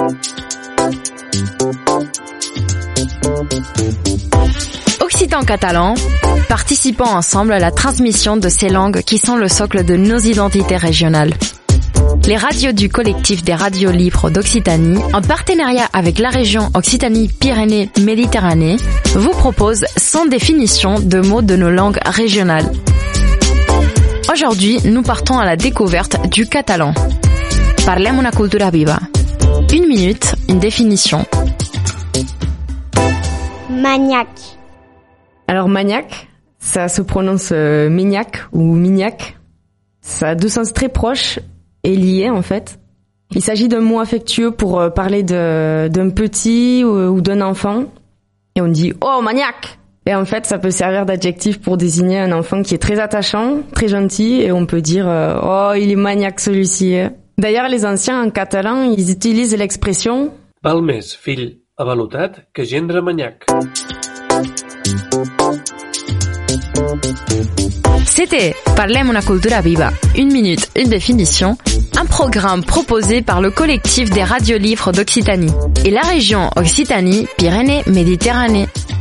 Occitan catalan, participons ensemble à la transmission de ces langues qui sont le socle de nos identités régionales. Les radios du collectif des radios libres d'Occitanie, en partenariat avec la région Occitanie-Pyrénées-Méditerranée, vous proposent 100 définitions de mots de nos langues régionales. Aujourd'hui, nous partons à la découverte du catalan. Parlem una cultura viva. 1 minute, une définition. Maniaque. Alors maniaque, ça se prononce mignac ou mignac. Ça a deux sens très proches et liés en fait. Il s'agit d'un mot affectueux pour parler d'un petit ou d'un enfant. Et on dit « Oh, maniaque !» Et en fait, ça peut servir d'adjectif pour désigner un enfant qui est très attachant, très gentil. Et on peut dire « Oh, il est maniaque celui-ci !» D'ailleurs, les anciens en catalan, ils utilisent l'expression « Val més fill avalotat que gendre manyac ». C'était Parlem una cultura viva, 1 minute, une définition, un programme proposé par le collectif des radios libres d'Occitanie et la région Occitanie-Pyrénées-Méditerranée.